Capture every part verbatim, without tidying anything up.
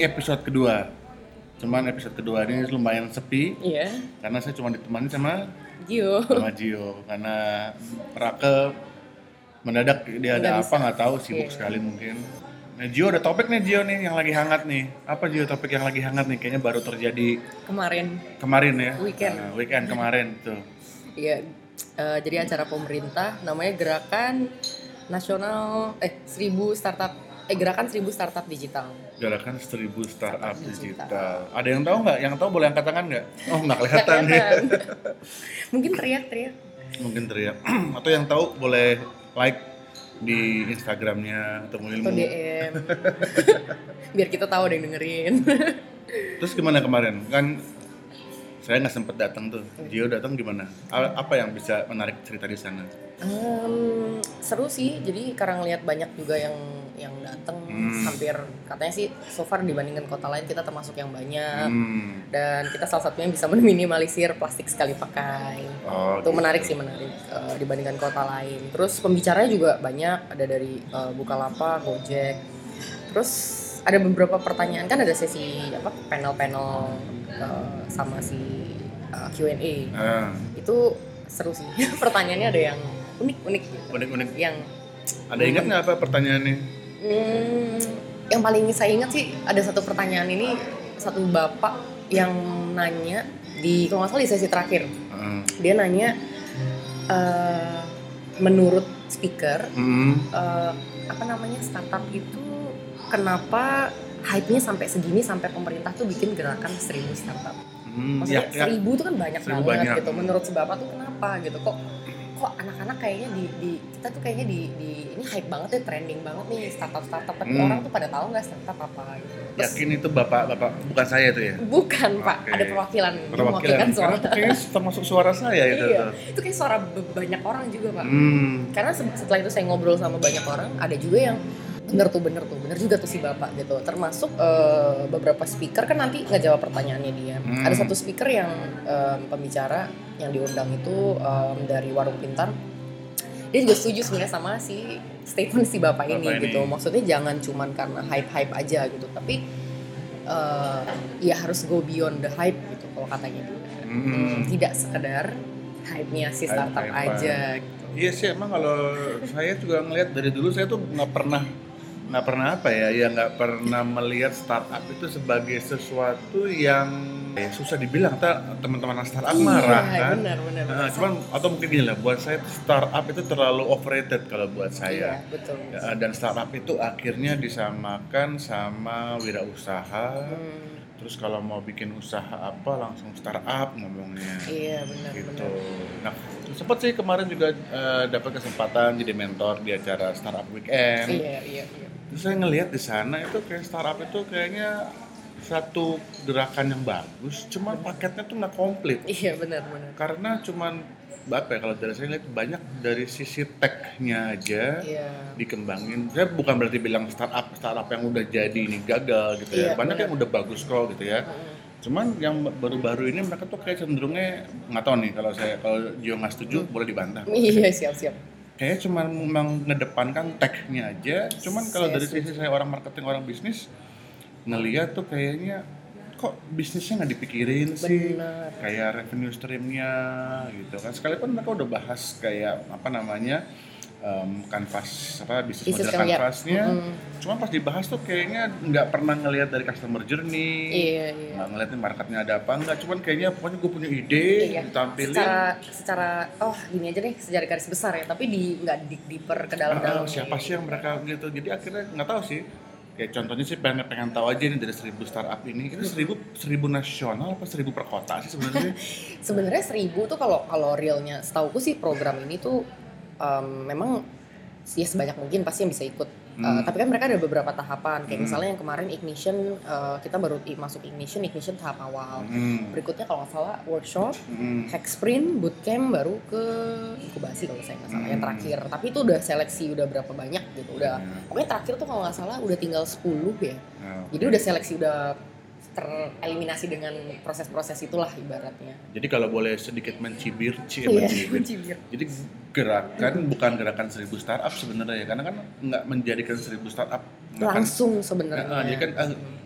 episode kedua. Cuman episode kedua ini lumayan sepi. Iya. Karena saya cuma ditemani sama Gio. Sama Gio. Karena Rake mendadak dia ada Nggak apa bisa. nggak tahu, sibuk Iya. sekali mungkin. Nah Gio ada topik nih Gio nih yang lagi hangat nih. Apa Gio topik yang lagi hangat nih? Kayaknya baru terjadi Kemarin. kemarin ya. Weekend. Nah, weekend kemarin tuh. Iya. eh, jadi acara pemerintah namanya Gerakan Nasional eh seribu Startup eh Gerakan seribu Startup Digital. Gerakan seribu startup Startup digital. digital. Ada yang tahu nggak? Yang tahu boleh angkat tangan nggak? Oh nggak kelihatan Nggak ya. kelihatan. Mungkin teriak-teriak. Mungkin teriak. Atau yang tahu boleh like di Instagramnya atau mungkin Atau D M. Biar kita tahu ada yang dengerin. Terus gimana kemarin? Kan saya nggak sempet datang tuh. Gio datang gimana? A- Apa yang bisa menarik cerita di sana? Um, seru sih, jadi karena ngelihat banyak juga yang yang datang, Hmm. hampir katanya sih so far dibandingkan kota lain kita termasuk yang banyak, Hmm. dan kita salah satunya bisa meminimalisir plastik sekali pakai. Oh, Itu gitu. menarik sih, menarik uh, dibandingkan kota lain. Terus pembicaranya juga banyak, ada dari uh, Bukalapak, Gojek. Terus ada beberapa pertanyaan, kan ada sesi apa panel-panel uh, sama si uh, Q and A. Ah, Itu seru sih. Pertanyaannya ada yang unik-unik gitu. unik-unik. Yang Ada ingat nggak apa pertanyaannya? hmm, yang paling saya ingat sih ada satu pertanyaan ini, satu bapak yang nanya di kalau nggak salah di sesi terakhir. Ah. Dia nanya eh, menurut speaker Hmm. eh, apa namanya startup itu kenapa hype-nya sampai segini sampai pemerintah tuh bikin gerakan seribu startup. Hmm. Maksudnya Ya, ya. seribu tuh kan banyak Seribu banget banyak. gitu. Menurut si bapak tuh kenapa gitu? Kok kok anak-anak kayaknya di, di kita tuh kayaknya di, di ini hype banget ya, trending banget nih startup startup. Tapi Hmm. orang tuh pada tahu nggak startup apa gitu. Terus, Yakin itu bapak-bapak bukan saya tuh ya? bukan pak, Oke. ada perwakilan, Dia Perwakilan. mewakilkan suara. Karena itu kayaknya termasuk suara saya itu. Iya, tuh. itu kayak suara be- banyak orang juga pak. Hmm. Karena se- setelah itu saya ngobrol sama banyak orang, ada juga yang bener tuh bener tuh bener juga tuh si bapak gitu. Termasuk eh, beberapa speaker kan nanti ngejawab pertanyaannya dia. Hmm. Ada satu speaker yang em, pembicara yang diundang itu em, dari Warung Pintar. Dia juga setuju sebenarnya sama si statement si bapak ini Bapak ini. gitu. Maksudnya jangan cuman karena hype-hype aja gitu, tapi eh, ya harus go beyond the hype gitu kalau katanya dia. Hmm. Tidak sekedar hype-nya si startup Hype-hypean. aja gitu. Iya sih, emang kalau saya juga ngelihat dari dulu saya tuh nggak pernah nggak pernah apa ya, ya nggak pernah melihat startup itu sebagai sesuatu yang ya, susah dibilang. Ta- teman-teman startup marah kan. benar benar. Nah, cuman atau mungkin gini lah, buat saya startup itu terlalu overrated kalau buat saya. Iya, betul. Ya, dan startup itu akhirnya disamakan sama wirausaha. Hmm, Terus kalau mau bikin usaha apa langsung startup ngomongnya. iya benar Gitu. benar. Nah, sempat sih kemarin juga eh, dapat kesempatan jadi mentor di acara startup weekend. Iya iya iya. Terus saya ngelihat di sana itu kayak startup itu kayaknya satu gerakan yang bagus, cuman paketnya tuh nggak komplit. Iya benar benar. Karena cuman apa ya, kalau dari saya lihat banyak dari sisi tech-nya aja Iya. dikembangin. Saya bukan berarti bilang startup startup yang udah jadi ini gagal gitu ya. Iya, Banyak benar. yang udah bagus kok gitu ya. Mm. Cuman yang baru-baru ini mereka tuh kayak cenderungnya nggak tahu nih, kalau saya kalau Gio nggak setuju boleh dibantah. Iya siap siap. Kayaknya cuma memang ngedepankan tech-nya aja. Cuman kalau Saya dari setuju. sisi saya orang marketing, orang bisnis ngelihat tuh kayaknya kok bisnisnya nggak dipikirin sih. Benar. Kayak revenue stream-nya gitu kan. Sekalipun mereka udah bahas kayak apa namanya em, kanvas apa bisnis Bisnis model kan, ya. kanvasnya. Mm. Cuma pas dibahas tuh kayaknya nggak pernah ngelihat dari customer journey. Iya iya. Nggak ngeliat nih marketnya ada apa enggak, cuman kayaknya pokoknya gue punya ide, Iya. ditampilin. Secara secara oh gini aja deh, secara garis besar ya, tapi di nggak di deeper ke dalam-dalam. Ah, siapa sih yang mereka gitu, jadi akhirnya nggak tahu sih. Kayak contohnya sih pengen pengen tahu aja nih dari seribu startup ini, itu seribu seribu nasional apa seribu per kota sih sebenarnya? Sebenarnya seribu tuh kalau kalau realnya setauku sih program ini tuh em, memang ya sebanyak mungkin pasti yang bisa ikut. Hmm. Uh, tapi kan mereka ada beberapa tahapan, kayak Hmm. misalnya yang kemarin ignition, uh, kita baru i- masuk ignition, ignition tahap awal. Hmm. Berikutnya kalau nggak salah workshop, Hmm. hack sprint, bootcamp, baru ke inkubasi kalau saya nggak salah yang Hmm. terakhir. Tapi itu udah seleksi udah berapa banyak gitu, udah Hmm. pokoknya terakhir tuh kalau nggak salah udah tinggal sepuluh ya. Nah, Jadi udah seleksi udah tereliminasi dengan proses-proses itulah ibaratnya. jadi kalau boleh sedikit mencibir, cie, Iya, mencibir. mencibir. Jadi gerakan bukan gerakan seribu startup sebenarnya ya, karena kan nggak menjadikan seribu startup nggak kan. Langsung Nah, sebenarnya. jadi kan eh,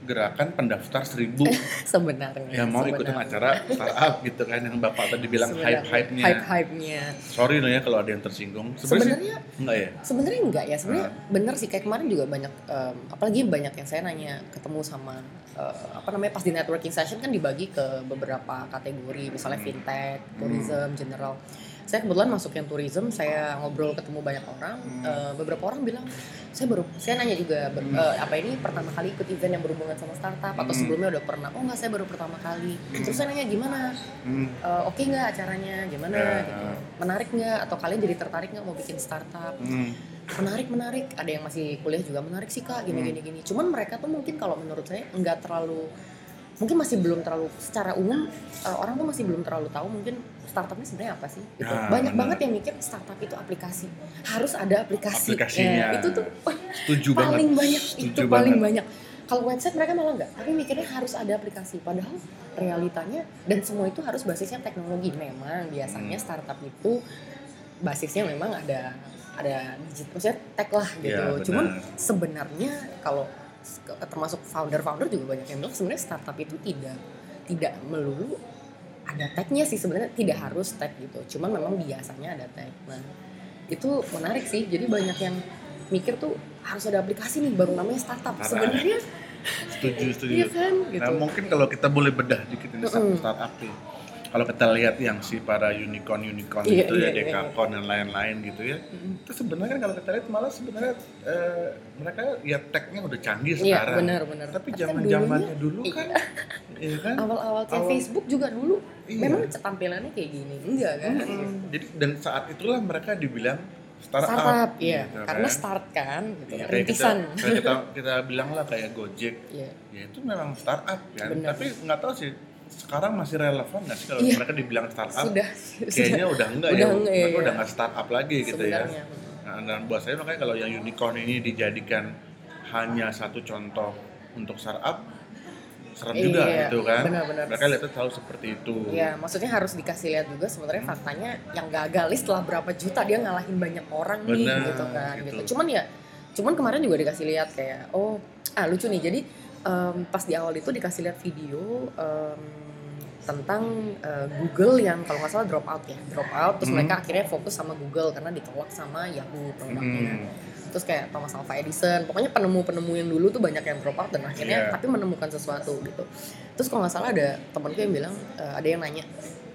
gerakan pendaftar seribu sebenarnya. yang mau ikutan sebenarnya. acara startup gitu kan, yang Bapak tadi bilang Sebenarnya. hype-hype-nya. Hype-hype-nya. Sorry loh ya kalau ada yang tersinggung. Sebenarnya enggak ya? Sebenarnya enggak ya, sebenarnya Ah. bener sih, kayak kemarin juga banyak em, apalagi banyak yang saya nanya ketemu sama eh, apa namanya pas di networking session kan dibagi ke beberapa kategori, misalnya Hmm. fintech, Hmm. tourism, general. Saya kebetulan masuk yang tourism, saya ngobrol ketemu banyak orang, Hmm. eh, beberapa orang bilang saya baru, saya nanya juga ber- Hmm. eh, apa ini pertama kali ikut event yang berhubungan sama startup atau Hmm. sebelumnya udah pernah? Oh enggak, saya baru pertama kali. Terus saya nanya gimana? Hmm. Eh, oke nggak acaranya, gimana Ya. gitu, menarik nggak, atau kalian jadi tertarik nggak mau bikin startup? Hmm. Menarik menarik, ada yang masih kuliah juga menarik sih kak, gini Hmm. gini gini. Cuman mereka tuh mungkin kalau menurut saya nggak terlalu, mungkin masih belum terlalu secara umum eh, orang tuh masih belum terlalu tahu mungkin startupnya sebenarnya apa sih gitu. Ya, Banyak benar. banget yang mikir startup itu aplikasi, harus ada aplikasi. Aplikasinya. Ya, itu tuh Setuju paling banget. banyak, Setuju itu paling banget. banyak. Kalau website mereka malah enggak, tapi mikirnya harus ada aplikasi. Padahal realitanya dan semua itu harus basisnya teknologi. Memang biasanya Hmm. startup itu basisnya memang ada ada digital, maksudnya tech lah gitu. Ya, benar. Cuman sebenarnya kalau termasuk founder-founder juga banyak yang bilang sebenarnya startup itu tidak tidak melulu ada tech-nya sih, sebenarnya tidak harus tech gitu. Cuman memang biasanya ada tech. Nah, itu menarik sih. Jadi banyak yang mikir tuh harus ada aplikasi nih baru namanya startup. Parah. Sebenarnya Setuju, setuju. iya kan gitu. Nah, mungkin kalau kita boleh bedah dikit ini Mm-mm. startup nih. Kalau kita lihat yang si para unicorn-unicorn Iya, itu iya, ya, iya, Dekakon dan lain-lain gitu ya. Mm-mm. Itu sebenarnya kan kalau kita lihat malah sebenarnya eh, mereka ya tech-nya udah canggih Iya, sekarang. benar-benar. Tapi kan zaman-zamannya dulunya- dulu iya. kan, iya kan? awal-awal kayak Awal- Facebook juga dulu Iya. memang tampilannya kayak gini, enggak kan? Mm-mm. Jadi dan saat itulah mereka dibilang startup. Startup, iya. gitu Karena kan. start kan, gitu. Iya, kayak kita, Rintisan. kayak kita kita bilang lah kayak Gojek, Iya. ya itu memang startup kan. Benar. Tapi nggak tahu sih sekarang masih relevan nggak sih kalau Iya. mereka dibilang startup? Sudah, Kayaknya udah enggak Udah ya, enggak, mereka iya. udah nggak startup lagi gitu ya. sebenarnya. Nah, dan buat saya makanya kalau yang unicorn ini dijadikan hanya satu contoh untuk startup, serem juga Iya, gitu kan. benar-benar. Mereka lihatnya selalu seperti itu. Ya, maksudnya harus dikasih lihat juga sebenarnya faktanya yang gagal setelah berapa juta dia ngalahin banyak orang nih Benar, gitu kan gitu. gitu. Cuman ya, cuman kemarin juga dikasih lihat kayak oh, ah lucu nih. Jadi em, pas di awal itu dikasih lihat video em, tentang eh, Google yang kalau nggak salah drop out ya, drop out terus Hmm. mereka akhirnya fokus sama Google karena ditolak sama Yahoo produknya. Hmm. Terus kayak Thomas Alva Edison, pokoknya penemu-penemu yang dulu tuh banyak yang drop out dan akhirnya Iya. tapi menemukan sesuatu gitu. Terus kalau nggak salah ada temanku yang bilang eh, ada yang nanya,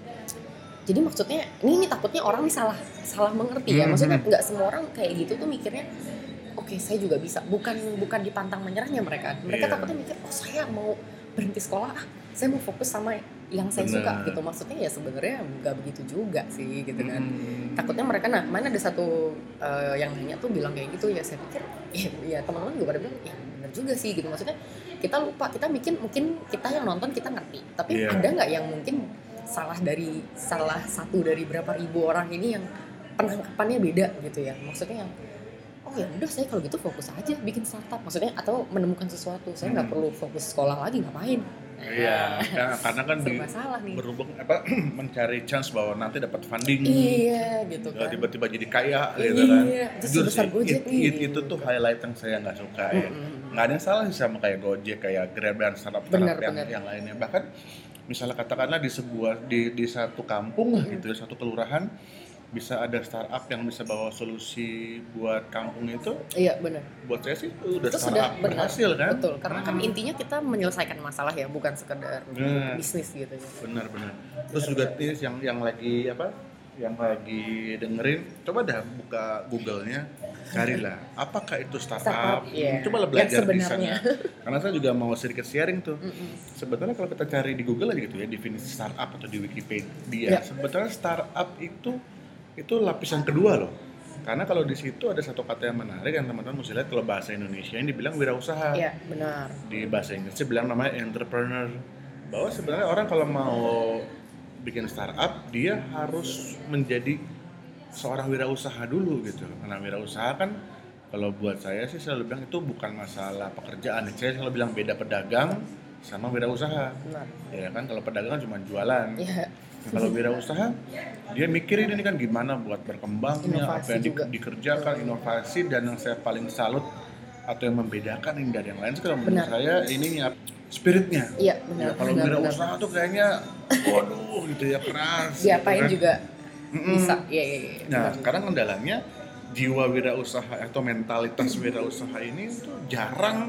jadi maksudnya ini, ini takutnya orang nih salah salah mengerti ya, Hmm, maksudnya hmm. nggak semua orang kayak gitu tuh mikirnya oke saya juga bisa, bukan bukan dipantang menyerahnya mereka mereka Iya. takutnya mikir oh saya mau berhenti sekolah, ah saya mau fokus sama yang saya Benar. suka gitu. Maksudnya ya sebenarnya nggak begitu juga sih gitu kan. Hmm. Takutnya mereka, nah mana ada satu eh, yang nanya tuh bilang kayak gitu, ya saya pikir ya, ya teman-teman juga pada bilang ya benar juga sih gitu. Maksudnya kita lupa, kita bikin mungkin kita yang nonton kita ngerti, tapi Iya. ada nggak yang mungkin salah dari salah satu dari berapa ribu orang ini yang penangkapannya beda gitu ya. Maksudnya yang oh ya udah saya kalau gitu fokus aja bikin startup, maksudnya atau menemukan sesuatu, saya nggak Hmm. perlu fokus sekolah lagi, ngapain. Iya, kan- karena kan di, serba salah nih. berhubung apa mencari chance bahwa nanti dapat funding. Iya gitu Ya, kan. tiba-tiba jadi kaya gitu kan. Iya, terus Jujur sebesar sih, Gojek it- nih. it- itu tuh highlight yang saya nggak suka ya. Mm-mm. Nggak ada yang salah sih sama kayak Gojek, kayak Grab dan startup Benar, startup yang, benar. yang lainnya. Bahkan misalnya katakanlah di sebuah di di satu kampung lah gitu ya, satu kelurahan bisa ada startup yang bisa bawa solusi buat kampung itu. Iya benar. Buat saya sih itu udah Itu startup sudah benar. berhasil kan. Betul, karena kan Hmm. intinya kita menyelesaikan masalah ya, bukan sekedar Benar. bisnis gitu ya. Benar-benar. Terus juga Tis yang yang lagi apa? Yang lagi dengerin, coba dah buka Google-nya, carilah apakah itu startup. Startup, iya. Coba lah Yang belajar di sebenarnya. sana. Karena saya juga mau sedikit sharing tuh. Mm-mm. Sebetulnya kalau kita cari di Google aja gitu ya, definisi startup atau di Ya. Wikipedia, sebetulnya startup itu itu lapisan kedua loh. Karena kalau di situ ada satu kata yang menarik yang teman-teman mesti lihat, kalau bahasa Indonesia ini dibilang wirausaha. Iya benar. Di bahasa Inggrisnya bilang namanya entrepreneur. Bahwa sebenarnya orang kalau mau bikin startup, dia harus menjadi seorang wirausaha dulu gitu. Karena wirausaha kan kalau buat saya sih selalu bilang itu bukan masalah pekerjaan. Saya selalu bilang beda pedagang sama wirausaha. Benar. Ya kan, kalau pedagang cuma jualan. Iya. Nah, kalau wirausaha, dia mikirin ini kan gimana buat berkembangnya, Inovasi apa yang di- juga. dikerjakan, inovasi, dan yang saya paling salut atau yang membedakan ini dari yang lain sih kalau menurut Benar. saya ininya spiritnya. Iya benar. Ya, kalau benar, benar. wirausaha tuh kayaknya waduh gitu ya keras. Diapain gitu kan. juga Mm-mm. bisa. Iya iya. iya. Nah, Benar. sekarang kendalanya jiwa wirausaha atau mentalitas wirausaha ini tuh jarang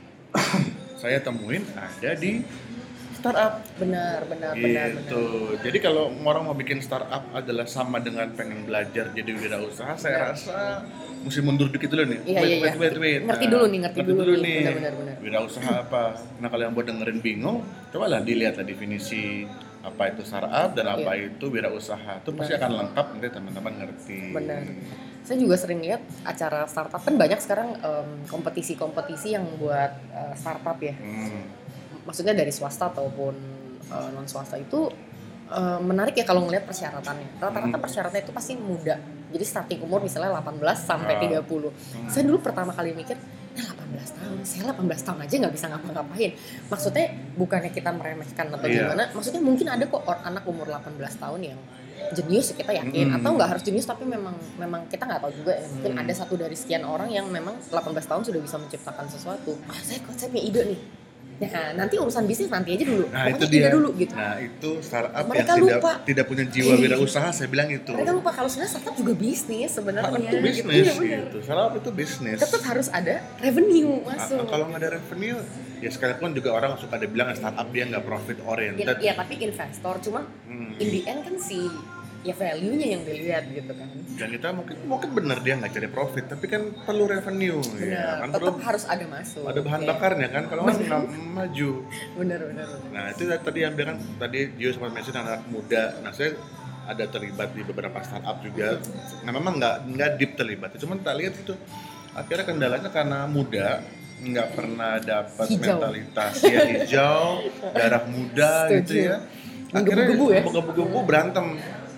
saya temuin ada di startup. Benar benar benar. Gitu. benar. Jadi kalau orang mau bikin startup adalah sama dengan pengen belajar jadi wirausaha, saya Benar. rasa mesti mundur dikit dulu nih. Iya, wait, iya, wait, iya. wait, wait. Ngerti Nah, dulu nih, ngerti dulu nih. nih. Benar, benar, benar. Wirausaha apa? Nah, kalau yang buat dengerin bingung, cobalah dilihat lah definisi apa itu startup dan apa Iya. itu wirausaha. Itu pasti Benar. akan lengkap nanti teman-teman ngerti. Benar. Saya juga sering lihat acara startup kan banyak sekarang em, kompetisi-kompetisi yang buat eh, startup ya. Hmm. Maksudnya dari swasta ataupun uh, non swasta itu uh, menarik ya kalau ngelihat persyaratannya. Rata-rata Hmm. persyaratannya itu pasti muda. Jadi starting umur misalnya delapan belas sampai Ah. tiga puluh. Hmm. Saya dulu pertama kali mikir, ya delapan belas tahun, saya delapan belas tahun aja nggak bisa ngapa-ngapain. Maksudnya bukannya kita meremehkan atau Iya. gimana? Maksudnya mungkin ada kok or- anak umur delapan belas tahun yang jenius kita yakin, Hmm. atau nggak harus jenius tapi memang memang kita nggak tahu juga ya. Mungkin Hmm. ada satu dari sekian orang yang memang delapan belas tahun sudah bisa menciptakan sesuatu. Ah, saya kok saya punya ide nih. Nah, nanti urusan bisnis nanti aja dulu. Nah, itu Pokoknya dia. ide dulu gitu. Nah, itu startup Mereka yang tidak lupa. tidak punya jiwa wirausaha, saya bilang itu. Mereka lupa kalau sebenarnya startup juga bisnis sebenarnya. Startup itu gitu. bisnis Iya, benar. gitu. Startup itu bisnis. Tetap harus ada revenue Ah, masuk. kalau nggak ada revenue, ya sekalipun juga orang suka ada bilang startup dia nggak profit Ya, oriented. ya, tapi investor cuma Hmm. in the end kan si ya value-nya yang dilihat gitu kan. Dan kita mungkin mungkin benar dia nggak cari profit, tapi kan perlu revenue, ya Benar. kan Tetap perlu harus ada masuk. ada bahan Iya. bakarnya kan, kalau nggak nggak maju. Benar benar. benar. Nah itu tadi yang bilang tadi Gio sempat mention anak muda. Nah saya ada terlibat di beberapa startup juga. Nah memang nggak nggak deep terlibat, cuman tak lihat itu akhirnya kendalanya karena muda nggak pernah dapat Hijau. mentalitas ya hijau, darah muda Setuju. gitu ya. Menggebu-gebu ya? Menggebu-gebu berantem.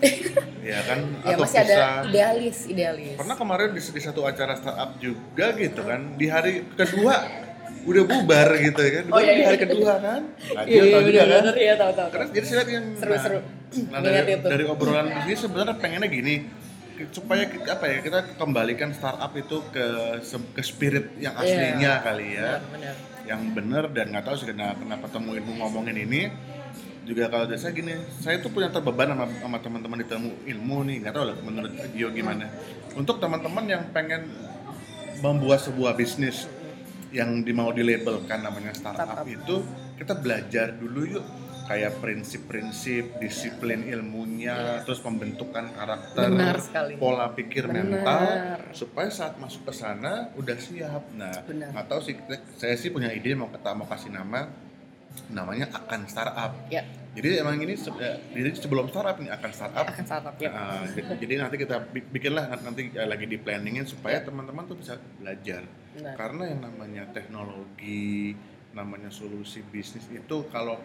Ya kan? Ya Atau masih ada pisah. idealis, idealis. Pernah kemarin di, di satu acara startup juga gitu kan, di hari kedua udah bubar gitu ya kan, Oh, iya, di iya. hari kedua kan, nah, Iya, Gio iya, tahu juga benar, kan, benar, iya, tahu, tahu. karena jadi saya lihat yang Seru-seru. nah, Ingat dari, itu. dari obrolan di sini sebenarnya pengennya gini, supaya kita, apa ya kita kembalikan startup itu ke se- ke spirit yang Iya. aslinya kali ya, Benar, benar. yang benar dan nggak tahu sih kenapa, kenapa temuin ngomongin ini. Juga kalau dari saya gini, saya tuh punya terbeban sama, sama teman-teman di ilmu ilmu nih, nggak tahu lah menurut Gio gimana. Untuk teman-teman yang pengen membuat sebuah bisnis yang di mau dilabelkan namanya startup, Startup. itu kita belajar dulu yuk kayak prinsip-prinsip, disiplin ilmunya, terus pembentukan karakter, Benar sekali. pola pikir Benar. mental, supaya saat masuk ke sana udah siap. Nah, Benar. nggak tahu sih, saya sih punya ide mau kata mau kasih nama, namanya akan startup. Ya, Jadi emang ini se- eh, jadi sebelum startup ini akan startup. akan startup ya. Nah, j- jadi nanti kita bi- bikinlah nanti eh, lagi di planningin supaya teman-teman tuh bisa belajar. Benar. Karena yang namanya teknologi, namanya solusi bisnis itu kalau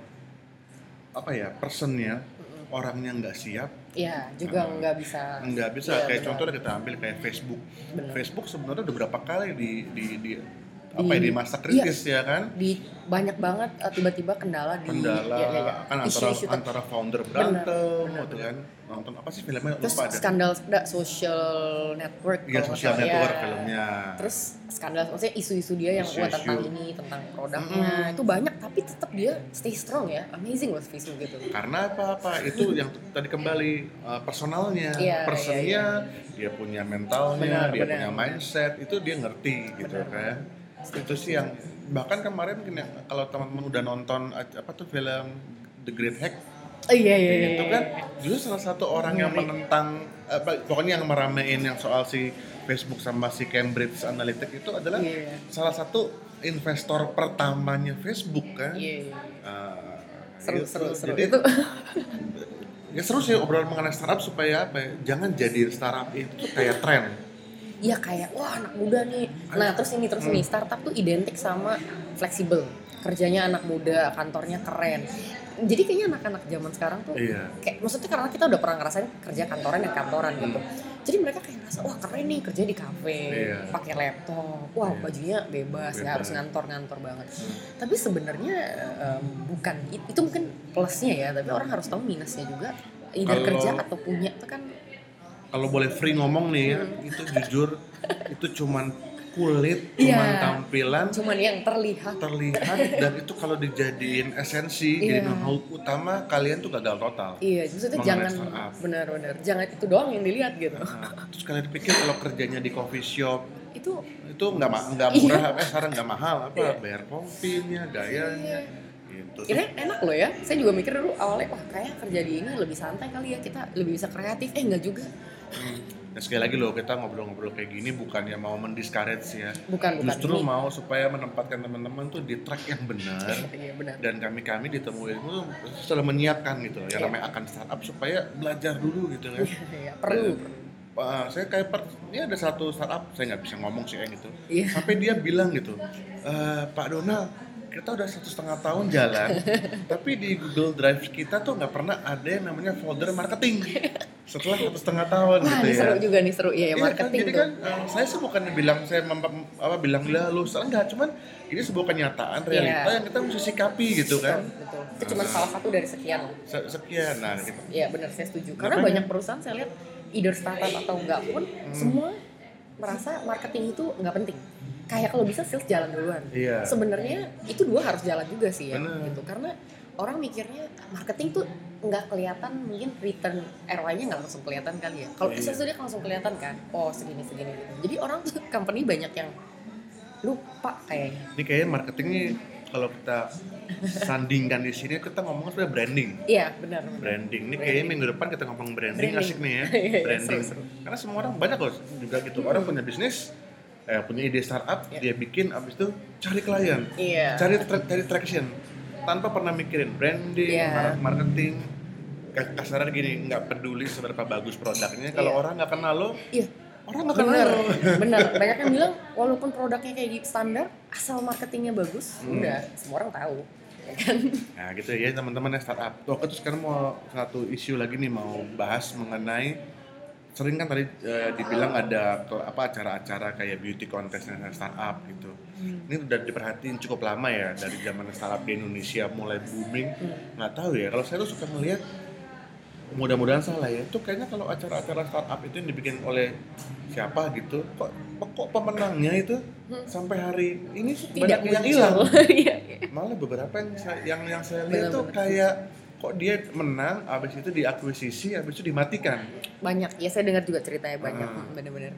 apa ya personnya Mm-mm. orangnya nggak siap Ya, juga Nah, nggak bisa. nggak bisa. Iya, Kayak benar. contohnya kita ambil kayak Facebook. Benar. Facebook sebenarnya udah berapa kali di di, di Di- apa ya di masa kritis ya kan? Di banyak banget uh, tiba-tiba kendala di Kendala ya, ya, ya. kan antara Isu-isu ter- antara founder berantem benar, gitu kan, nonton apa sih filmnya terus lupa ada skandal enggak, social network ya kalau nggak social salah. network Ya. filmnya. Terus skandal maksudnya isu-isu dia yang wah Isu-isu. tentang ini tentang produknya Mm-mm. itu banyak tapi tetap dia stay strong ya, amazing loh Facebook gitu. Karena apa-apa itu yang tadi kembali uh, personalnya, Iya, personnya, dia punya mentalnya, Benar, dia benar. punya mindset, itu dia ngerti gitu Benar. kan. Itu sih yang bahkan kemarin kena- kalau teman-teman udah nonton uh, apa tuh film The Great Hack Oh iya iya iya. itu kan justru salah satu orang yang Ngeri. menentang apa pokoknya yang meramein yang soal si Facebook sama si Cambridge Analytica itu adalah Iya. salah satu investor pertamanya Facebook kan. Iya. iya. Ah, Seru gitu. seru seru Jadi, itu. ya seru sih obrolan mengenai startup supaya apa ya, jangan jadi startup itu tuh kayak tren. Iya kayak wah anak muda nih. Nah terus ini terus Hmm. nih startup tuh identik sama fleksibel. Kerjanya anak muda, kantornya keren. Jadi kayaknya anak-anak zaman sekarang tuh Iya. kayak maksudnya karena kita udah pernah ngerasain kerja kantoran yang kantoran gitu. Jadi mereka kayak ngerasa wah keren nih kerja di kafe, Iya. pakai laptop, wah Iya. bajunya bebas, nggak Bebas. harus ngantor-ngantor banget. Tapi sebenarnya em, bukan it- itu mungkin plusnya ya, tapi orang harus tahu minusnya juga. Either Kalau- kerja atau punya itu kan Kalau boleh free ngomong nih ya, Hmm. itu jujur itu cuman kulit, Iya. cuman tampilan, Cuman yang terlihat. terlihat, dan itu kalau dijadiin esensi, jadi Iya. know-how utama, kalian tuh gagal total. Iya, maksudnya Mengenai jangan startup. benar-benar jangan itu doang yang dilihat gitu. Nah, terus kalian pikir kalau kerjanya di coffee shop Itu itu nggak ma- nggak Iya. murah, eh sekarang nggak mahal apa, Iya. bayar kopinya, gayanya, Iya. gitu. kira enak loh ya. Saya juga mikir dulu awalnya wah kayak kerja di ini lebih santai kali ya, kita lebih bisa kreatif. Eh enggak juga. Hmm. Dan sekali lagi loh, kita ngobrol-ngobrol kayak gini bukannya mau mendiscourage ya, Bukan bukan justru ini. mau supaya menempatkan teman-teman tuh di track yang benar. Iya benar. Dan kami-kami di Temu Ilmu tuh selalu menyiapkan gitu yang Iya. namanya akan startup supaya belajar dulu gitu kan. Iya, perlu. Uh, saya kayak per, ini ada satu startup, saya nggak bisa ngomong sih yang itu. Iya. Sampai dia bilang gitu, e, Pak Donald, kita udah satu setengah tahun jalan, tapi di Google Drive kita tuh nggak pernah ada yang namanya folder marketing. Setelah satu setengah tahun Wah, gitu ini ya. seru juga nih, seru ya, ya Iya marketing kan, jadi tuh. kan uh, saya sih bukan bilang saya mem- apa bilang lah lu enggak, cuman ini sebuah kenyataan realita Iya. yang kita mesti sikapi gitu kan. Betul, betul. Itu cuma salah satu dari sekian loh. Se- Sekian, nah gitu. Iya benar, saya setuju. Karena Makanya- banyak perusahaan saya lihat either startup atau enggak pun Hmm. semua merasa marketing itu nggak penting. Kayak kalau bisa sales jalan duluan. Iya. Sebenarnya itu dua harus jalan juga sih ya, Bener. gitu. Karena orang mikirnya marketing tuh nggak kelihatan, mungkin return R O I-nya nggak langsung kelihatan kali ya. Kalau Iya. sales tuh dia langsung kelihatan kan. Oh segini segini gitu. Jadi orang tuh company banyak yang lupa kayaknya. Ini kayaknya marketing nih kalau kita sandingkan di sini kita ngomong sudah branding. Iya benar. benar. Branding. Ini Branding. kayaknya minggu depan kita ngomong branding, Branding. asik nih ya. Iya, iya, Branding. seru-seru. Karena semua orang banyak loh juga gitu. Orang punya bisnis, eh, punya ide startup, Iya. dia bikin abis itu cari klien, Iya. cari tra- cari traction, tanpa pernah mikirin branding, Iya. mar- marketing. K- Kasarnya gini, nggak peduli seberapa bagus produknya. Kalau Iya. orang nggak kenal lo, Iya. orang nggak kenal Bener, lo. bener. Banyak yang bilang walaupun produknya kayak gitu standar, asal marketingnya bagus, Hmm. udah semua orang tahu, ya kan? Nah gitu ya teman-teman yang startup. Tuh aku tuh sekarang mau satu isu lagi nih, mau bahas mengenai, sering kan tadi eh, dibilang ada ke- apa acara-acara kayak beauty contest dan startup gitu. Ini udah diperhatiin cukup lama ya dari zaman startup di Indonesia mulai booming. Nggak tahu ya, kalau saya tuh suka melihat, mudah-mudahan salah ya, itu kayaknya kalau acara-acara startup itu yang dibikin oleh siapa gitu, kok kok pemenangnya itu sampai hari ini Tidak banyak yang muncul. hilang. Iya, iya. Malah beberapa yang saya, yang, yang saya lihat tuh Benar-benar. kayak kok dia menang, abis itu diakuisisi, abis itu dimatikan. Banyak, ya saya dengar juga ceritanya banyak, Ah. hmm, bener-bener.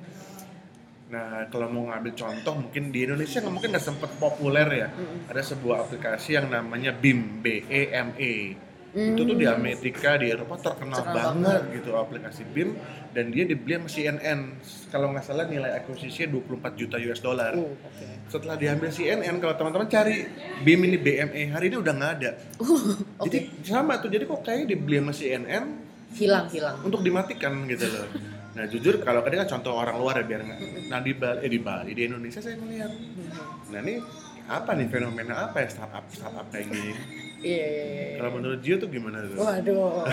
Nah kalau mau ngambil contoh mungkin di Indonesia nggak mungkin nggak sempet populer ya. Mm-mm. Ada sebuah aplikasi yang namanya B I M, B E M E. Itu tuh Hmm. di Amerika, di Eropa terkenal, Terkenal banget gitu aplikasi B I M, dan dia dibeli sama C N N. Kalau nggak salah nilai akuisisinya dua puluh empat juta U S dollar. Uh, oke. Setelah diambil C N N, kalau teman-teman cari B I M ini B M E hari ini udah nggak ada. Oke. Jadi sama tuh, jadi kok kayaknya dibeli sama C N N Hilang, hilang. untuk dimatikan gitu loh. Nah jujur kalau tadi kan contoh orang luar ya biar nggak. Nah di Bali, eh, di Bali di Indonesia saya melihat. Nah ini apa nih fenomena apa ya startup startup kayak gini? Iya, iya, iya. Kalau menurut Gio tuh gimana tuh? Waduh,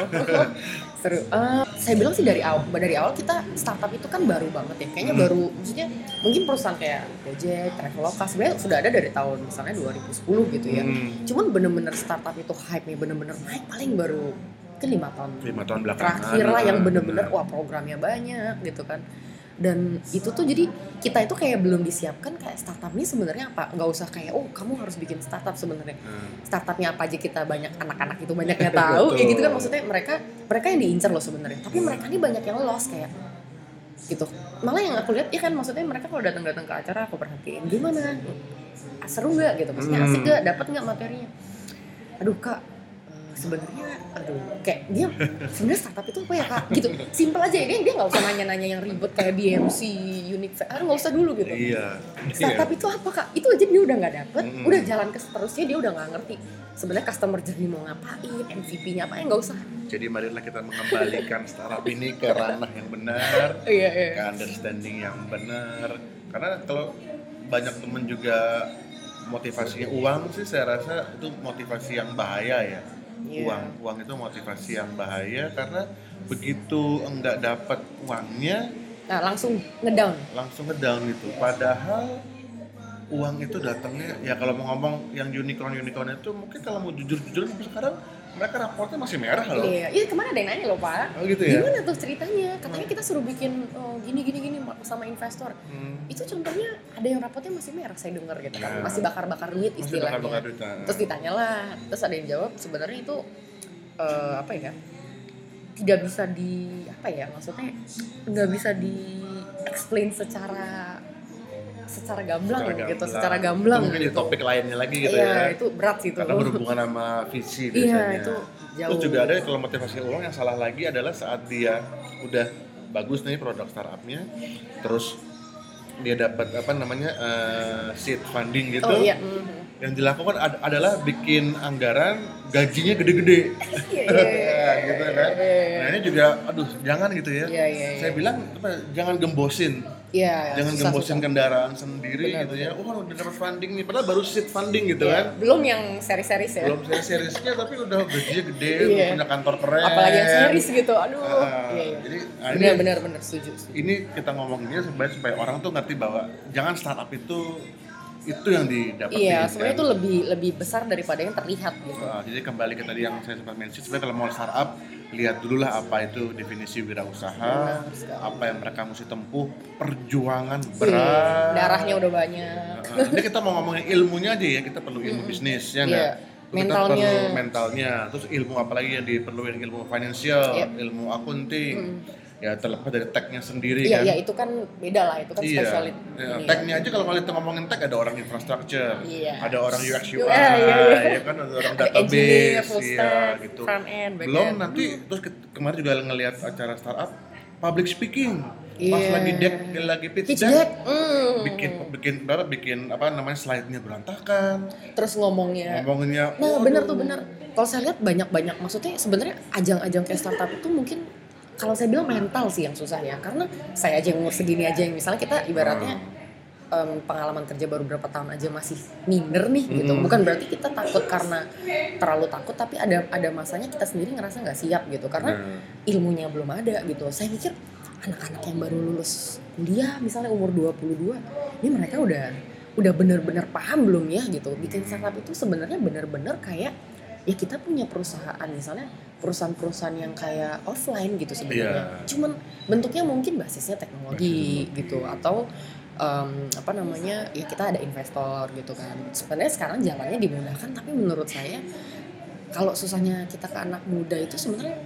seru. Eh, saya bilang sih dari awal, dari awal kita startup itu kan baru banget ya. Kayaknya Hmm. baru, maksudnya mungkin perusahaan kayak Gojek, Traveloka sebenarnya sudah ada dari tahun misalnya dua ribu sepuluh gitu ya. Hmm, Cuman bener-bener startup itu hype-nya bener-bener naik paling baru ke lima tahun lima tahun belakangan. terakhir lah yang bener-bener Benar. wah programnya banyak gitu kan. Dan itu tuh jadi kita itu kayak belum disiapkan kayak startup ini sebenarnya apa, nggak usah kayak oh kamu harus bikin startup sebenarnya. Hmm. Startupnya apa aja kita banyak anak-anak itu banyaknya tahu kayak gitu kan, maksudnya mereka mereka yang diincar loh sebenarnya, tapi mereka ini banyak yang lost kayak gitu. Malah yang aku lihat ya kan, maksudnya mereka kalau datang-datang ke acara aku perhatiin gimana, ah, seru nggak gitu, maksudnya asik Hmm. nggak, dapat nggak materinya. Aduh kak, eh, sebenarnya aduh kayak dia sebenarnya startup itu apa ya kak gitu, simple aja ya, dia dia nggak usah nanya-nanya yang ribet kayak B M C, Unique, ah nggak usah dulu gitu. Iya. Startup itu apa kak? Itu aja dia udah nggak dapet, Mm-mm. udah jalan ke seterusnya dia udah nggak ngerti sebenarnya customer journey mau ngapain, M V P-nya apa, ya nggak usah. Jadi marilah kita mengembalikan startup ini ke ranah yang benar, Iya iya. ke understanding yang benar. Karena kalau banyak temen juga motivasinya uang sih, saya rasa itu motivasi yang bahaya ya. Iya. Uang, uang itu motivasi yang bahaya karena begitu enggak dapat uangnya Nah langsung ngedown. langsung ngedown gitu. Padahal uang itu datangnya ya kalau mau ngomong yang unicorn unicorn itu mungkin kalau mau jujur-jujur sampai sekarang mereka raportnya masih merah loh. Iya, iya kemana ada yang nanya loh Pak. Oh gitu ya? Gimana tuh ceritanya? Katanya kita suruh bikin oh, gini gini gini sama investor. Hmm. Itu contohnya ada yang raportnya masih merah saya dengar gitu kan, Ya. masih bakar-bakar duit Masih istilahnya. bakar-bakar duit, nah. Terus ditanyalah, terus ada yang jawab sebenarnya itu uh, apa ya? Tidak bisa di apa ya? Maksudnya nggak bisa di explain secara secara gamblang Secara gitu, gamblang. secara gamblang Itu mungkin di gitu. topik lainnya lagi gitu Iya, ya. itu berat sih itu. Karena berhubungan sama visi Iya, biasanya. itu jauh. Terus juga ada kalau motivasi uang yang salah lagi adalah saat dia udah bagus nih produk startupnya, terus dia dapat apa namanya uh, seed funding gitu. Oh iya. Mm-hmm. Yang dilakukan ad- adalah bikin anggaran gajinya gede-gede. Iya, iya, iya. gitu kan. Nah ini juga, aduh jangan gitu ya. Iya, iya, iya. Saya bilang apa, jangan gembosin. Iya, Jangan susah, gembosin susah. kendaraan sendiri Benar, gitu ya. Oh udah dapat funding nih, padahal baru seed funding gitu Iya, kan. belum yang seri-seris ya. Belum saya seriesnya tapi udah gajinya gede, Iya. punya kantor keren. Apalagi yang series gitu. Aduh. Ah, iya, iya. Jadi nah, ini, Benar benar benar setuju. setuju. ini kita ngomongnya supaya supaya orang tuh ngerti bahwa jangan startup itu itu yang didapetin. Iya, sebenarnya kan. itu lebih lebih besar daripada yang terlihat gitu. Nah, jadi kembali ke tadi yang saya sempat mention, sebenarnya kalau mau startup lihat dulu lah apa itu definisi wirausaha, Benar sekali. apa yang mereka mesti tempuh, perjuangan Wih, berat. darahnya udah banyak. Nah, ini kita mau ngomongin ilmunya aja ya, kita perlu ilmu bisnis ya Iya. nggak? Terus kita Mentalnya. perlu mentalnya, terus ilmu apa lagi yang diperluin, ilmu financial, Iya. ilmu accounting, ya terlepas dari tech-nya sendiri Iya, kan. iya itu kan beda lah, itu kan Iya, spesialit. ya, ini tech-nya aja kalau kita ngomongin tech ada orang infrastructure, Iya. ada orang U X U I, Iya, iya, iya. ya kan ada orang Ada engineer, database, full iya stack, gitu. front end, back Belum end. nanti terus ke- kemarin juga ngelihat acara startup public speaking, pas Iya. lagi deck lagi pitch, Pitch deck, deck. Mm. bikin bikin berapa bikin apa namanya slide-nya berantakan, Terus ngomongnya. ngomongnya. Nah, waduh. benar tuh benar. Kalau saya lihat banyak-banyak, maksudnya sebenarnya ajang-ajang kayak startup itu mungkin kalau saya bilang mental sih yang susah ya, karena saya aja yang umur segini aja yang misalnya kita ibaratnya em, pengalaman kerja baru berapa tahun aja masih minder nih gitu. Hmm. Bukan berarti kita takut karena terlalu takut, tapi ada ada masanya kita sendiri ngerasa nggak siap gitu karena Nah, ilmunya belum ada gitu. Saya mikir anak-anak yang baru lulus kuliah misalnya umur dua puluh dua, ini mereka udah udah benar-benar paham belum ya gitu. Bikin startup itu sebenarnya benar-benar kayak ya kita punya perusahaan misalnya perusahaan-perusahaan yang kayak offline gitu sebenarnya. Iya. Cuman bentuknya mungkin basisnya teknologi gitu atau em, apa namanya ya kita ada investor gitu kan. Sebenarnya sekarang jalannya dimudahkan tapi menurut saya kalau susahnya kita ke anak muda itu sebenarnya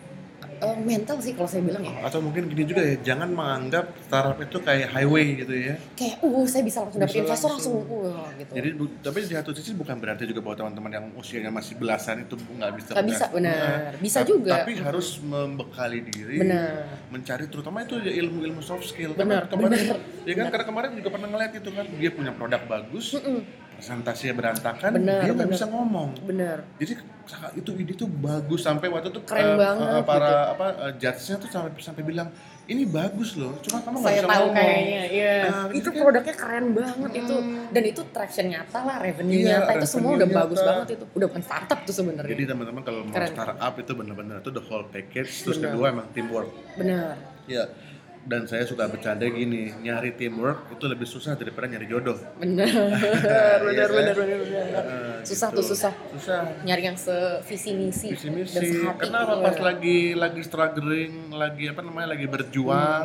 eh, mental sih kalau saya bilang ya. atau mungkin gini juga ya, jangan menganggap startup itu kayak highway gitu ya. Kayak uh saya bisa langsung dapet Bisa investor langsung. langsung uh gitu. Jadi bu- tapi di satu sisi bukan berarti juga bahwa teman-teman yang usianya masih belasan itu nggak bisa. Nggak bisa, benar. Nah, Bisa ta- juga. Tapi harus membekali diri. Benar. Mencari terutama itu ya ilmu-ilmu soft skill. Benar, Karena kemarin, benar. ya kan karena kemarin juga pernah ngeliat itu kan dia punya produk bagus, Mm-mm. presentasinya berantakan, Benar, dia nggak benar. bisa ngomong. Bener. Jadi itu ide tuh bagus sampai waktu itu Keren eh, banget eh, para gitu. apa eh, judge-nya tuh sampai sampai bilang ini bagus loh, cuma kamu nggak Saya bisa tahu ngomong. kayaknya, iya. Nah, itu gitu kan. produknya keren banget itu, dan itu traction nyata lah, revenue Iya, nyata itu semua revenue udah bagus nyata. banget itu, udah bukan startup tuh sebenarnya. Jadi teman-teman kalau mau Keren. startup itu benar-benar itu the whole package. Terus Benar. kedua emang teamwork. Benar. Ya. Dan saya suka bercanda gini, nyari teamwork itu lebih susah daripada nyari jodoh. Benar. Iya, benar, kan? benar, benar, benar. Eh, Susah gitu. tuh susah. Susah. Nyari yang sevisi misi Visi dan misi. sehati. Kenapa Iya. pas lagi lagi struggling, lagi apa namanya, lagi berjuang,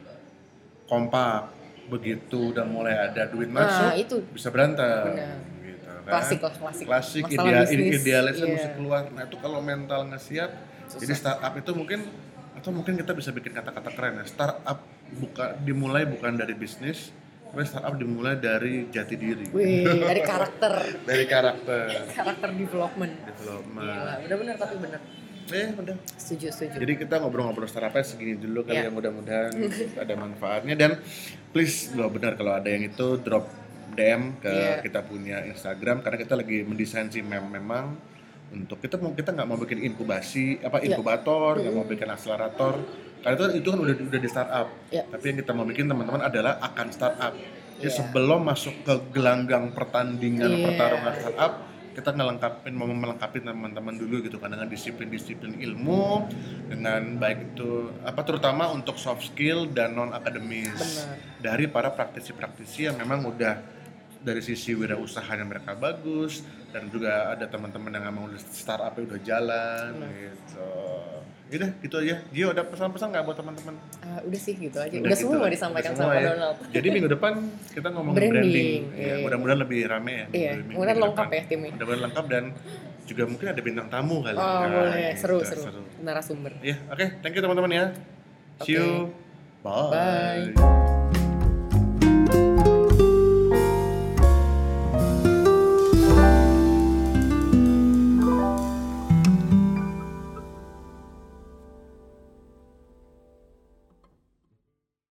kompak. Begitu udah mulai ada duit Nah, masuk, itu. bisa berantem. Benar. Gitu, kan? Klasik lah, klasik. Klasik, Masalah ideal, bisnis, idealisnya iya. mesti keluar. Nah itu kalau mental nggak siap, Susah. jadi startup itu mungkin, atau mungkin kita bisa bikin kata-kata keren ya. Startup buka, dimulai bukan dari bisnis, tapi startup dimulai dari jati diri. Wih, dari karakter. Dari karakter, Karakter development. development. Gila, benar-benar tapi benar. Eh, udah. Setuju, setuju. Jadi kita ngobrol-ngobrol startupnya segini dulu kali Ya. ya, mudah-mudahan ada manfaatnya. Dan please, lo benar kalau ada yang itu drop D M ke Iya. kita punya Instagram, karena kita lagi mendesain sih mem memang untuk kita mau kita nggak mau bikin inkubasi apa Iya. inkubator, nggak mau bikin akselerator, karena itu itu kan udah udah di startup. Iya. Tapi yang kita mau bikin teman-teman adalah akan startup. Jadi Iya. sebelum masuk ke gelanggang pertandingan Iya. pertarungan startup, kita ngelengkapin, mau melengkapi teman-teman dulu gitu kan dengan disiplin-disiplin ilmu, dengan baik itu apa terutama untuk soft skill dan non akademis Benar. dari para praktisi-praktisi yang memang udah dari sisi wirausahanya mereka bagus, dan juga ada teman-teman yang emang udah startupnya udah jalan Benar. gitu. Udah gitu aja. Gio ada pesan-pesan nggak buat teman-teman? Ah, udah sih gitu aja. Udah Udah, gitu semua aja. disampaikan Udah semua sama ya. Donald. Jadi minggu depan kita ngomong Branding, branding, iya. Ya, mudah-mudahan lebih rame ya. Iya, minggu- mudah-mudahan minggu lengkap depan. ya timnya. Mudah-mudahan lengkap dan juga mungkin ada bintang tamu kali. Oh, ya, boleh. gitu. Seru, seru. Narasumber. Ya, oke. Thank you teman-teman ya. See Oke. you. Bye. Bye.